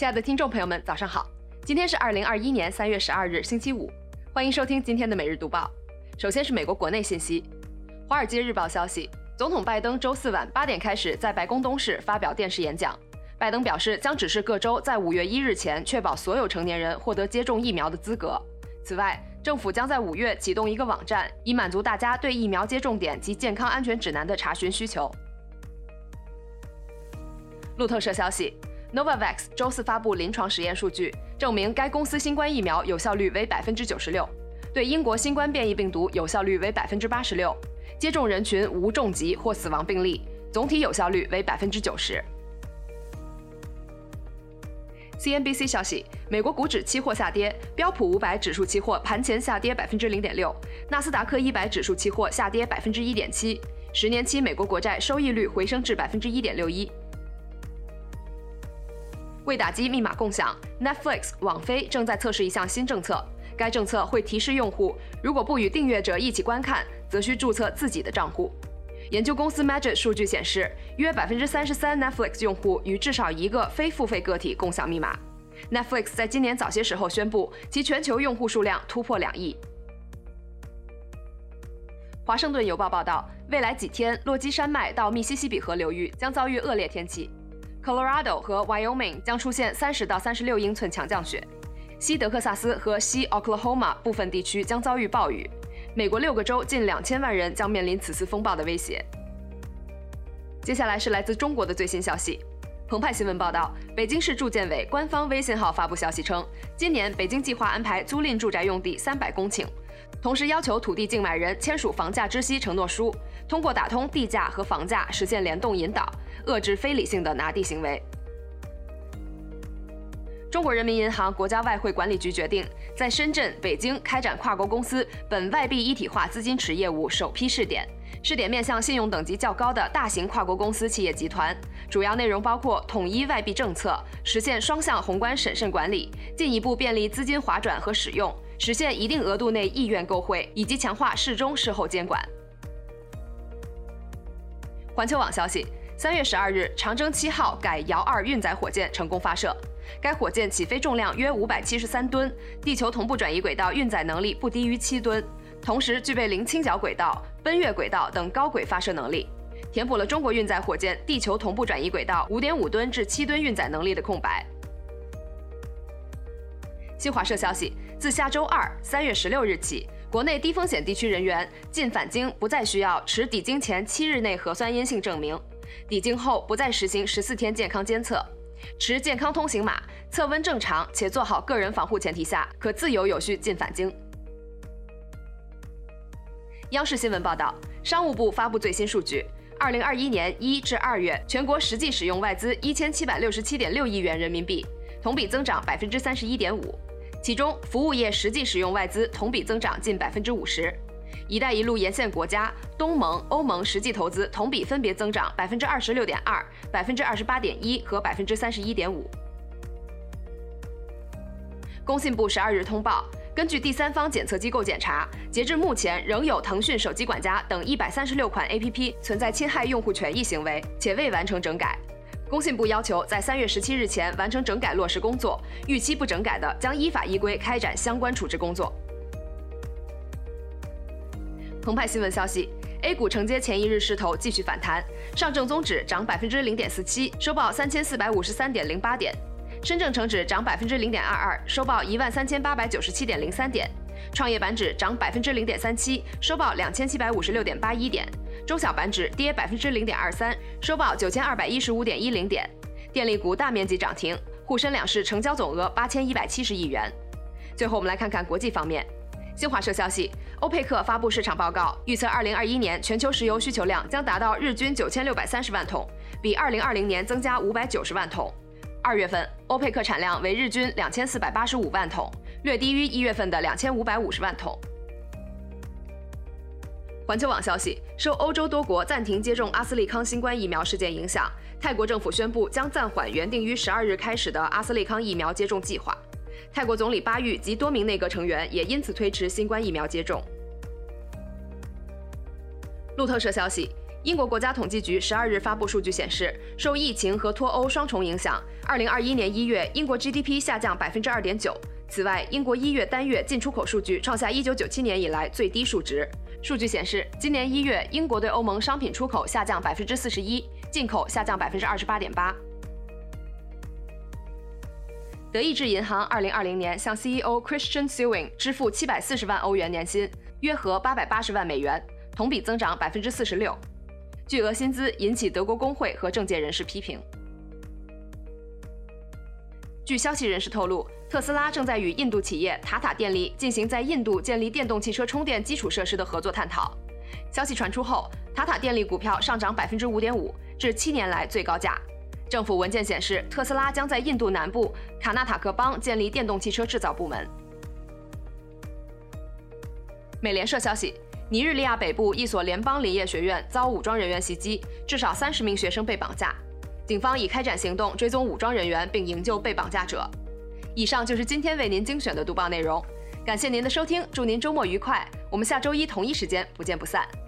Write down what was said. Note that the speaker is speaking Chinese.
亲爱的听众朋友们，早上好！今天是2021年3月12日，星期五，欢迎收听今天的每日读报。首先是美国国内信息，《华尔街日报》消息，总统拜登周四晚8点开始在白宫东室发表电视演讲。拜登表示，将指示各州在5月1日前确保所有成年人获得接种疫苗的资格。此外，政府将在5月启动一个网站，以满足大家对疫苗接种点及健康安全指南的查询需求。路透社消息，Novavax 周四发布临床实验数据，证明该公司新冠疫苗有效率为96%，对英国新冠变异病毒有效率为86%，接种人群无重疾或死亡病例，总体有效率为90%。CNBC 消息，美国股指期货下跌，标普500指数期货盘前下跌0.6%，纳斯达克100指数期货下跌1.7%，10年期美国国债收益率回升至1.61%。为打击密码共享 ，Netflix 网飞正在测试一项新政策。该政策会提示用户，如果不与订阅者一起观看，则需注册自己的账户。研究公司 Magic 数据显示，约33% Netflix 用户与至少一个非付费个体共享密码。Netflix 在今年早些时候宣布，其全球用户数量突破2亿。华盛顿邮报报道，未来几天，落基山脉到密西西比河流域将遭遇恶劣天气。Colorado 和 Wyoming 将出现30到36英寸强降雪，西德克萨斯和西 Oklahoma 部分地区将遭遇暴雨。美国6个州近2000万人将面临此次风暴的威胁。接下来是来自中国的最新消息。澎湃新闻报道，北京市住建委官方微信号发布消息称，今年北京计划安排租赁住宅用地300公顷，同时要求土地竞买人签署房价知悉承诺书，通过打通地价和房价实现联动引导，遏制非理性的拿地行为。中国人民银行国家外汇管理局决定在深圳、北京开展跨国公司本外币一体化资金池业务首批试点，试点面向信用等级较高的大型跨国公司企业集团，主要内容包括统一外币政策，实现双向宏观审慎管理，进一步便利资金划转和使用，实现一定额度内意愿购汇，以及强化事中事后监管。环球网消息，3月12日，长征7号改遥2运载火箭成功发射。该火箭起飞重量约573吨，地球同步转移轨道运载能力不低于7吨，同时具备零倾角轨道、奔月轨道等高轨发射能力，填补了中国运载火箭地球同步转移轨道5.5吨至7吨运载能力的空白。新华社消息，自下周2 3月16日起，国内低风险地区人员进返京不再需要持抵京前7日内核酸阴性证明，抵京后不再实行14天健康监测，持健康通行码，测温正常且做好个人防护前提下，可自由有序进返京。央视新闻报道，商务部发布最新数据，2021年1至2月，全国实际使用外资1767.6亿元人民币，同比增长31.5%，其中服务业实际使用外资同比增长近50%。“一带一路”沿线国家、东盟、欧盟实际投资同比分别增长26.2%、28.1%和31.5%。工信部12日通报，根据第三方检测机构检查，截至目前仍有腾讯手机管家等136款 APP 存在侵害用户权益行为，且未完成整改。工信部要求在3月17日前完成整改落实工作，逾期不整改的将依法依规开展相关处置工作。澎湃新闻消息 ，A 股承接前一日势头继续反弹，上证综指涨0.47%，收报3453.08点；深证成指涨0.22%，收报13897.03点；创业板指涨0.37%，收报2756.81点；中小板指跌0.23%，收报9215.10点。电力股大面积涨停，沪深两市成交总额8170亿元。最后，我们来看看国际方面。新华社消息，欧佩克发布市场报告，预测2021年全球石油需求量将达到日均9630万桶，比2020年增加590万桶。2月份，欧佩克产量为日均2485万桶，略低于1月份的2550万桶。环球网消息，受欧洲多国暂停接种阿斯利康新冠疫苗事件影响，泰国政府宣布将暂缓原定于12日开始的阿斯利康疫苗接种计划。泰国总理巴育及多名内阁成员也因此推迟新冠疫苗接种。路透社消息， 英国国家统计局12日发布数据显示，受疫情和脱欧双重影响，2021年1月英国 GDP 下降2.9%。此外，英国1月单月进出口数据创下1997年以来最低数值。数据显示，今年1月英国对欧盟商品出口下降41%，进口下降28.8%。德意志银行2020年向 CEO Christian Sewing 支付740万欧元年薪，约合880万美元，同比增长46%。巨额薪资引起德国工会和政界人士批评。据消息人士透露，特斯拉正在与印度企业塔塔电力进行在印度建立电动汽车充电基础设施的合作探讨。消息传出后，塔塔电力股票上涨5.5%，至7年来最高价。政府文件显示，特斯拉将在印度南部卡纳塔克邦建立电动汽车制造部门。美联社消息，尼日利亚北部一所联邦林业学院遭武装人员袭击，至少30名学生被绑架。警方已开展行动追踪武装人员并营救被绑架者。以上就是今天为您精选的读报内容，感谢您的收听，祝您周末愉快，我们下周一同一时间不见不散。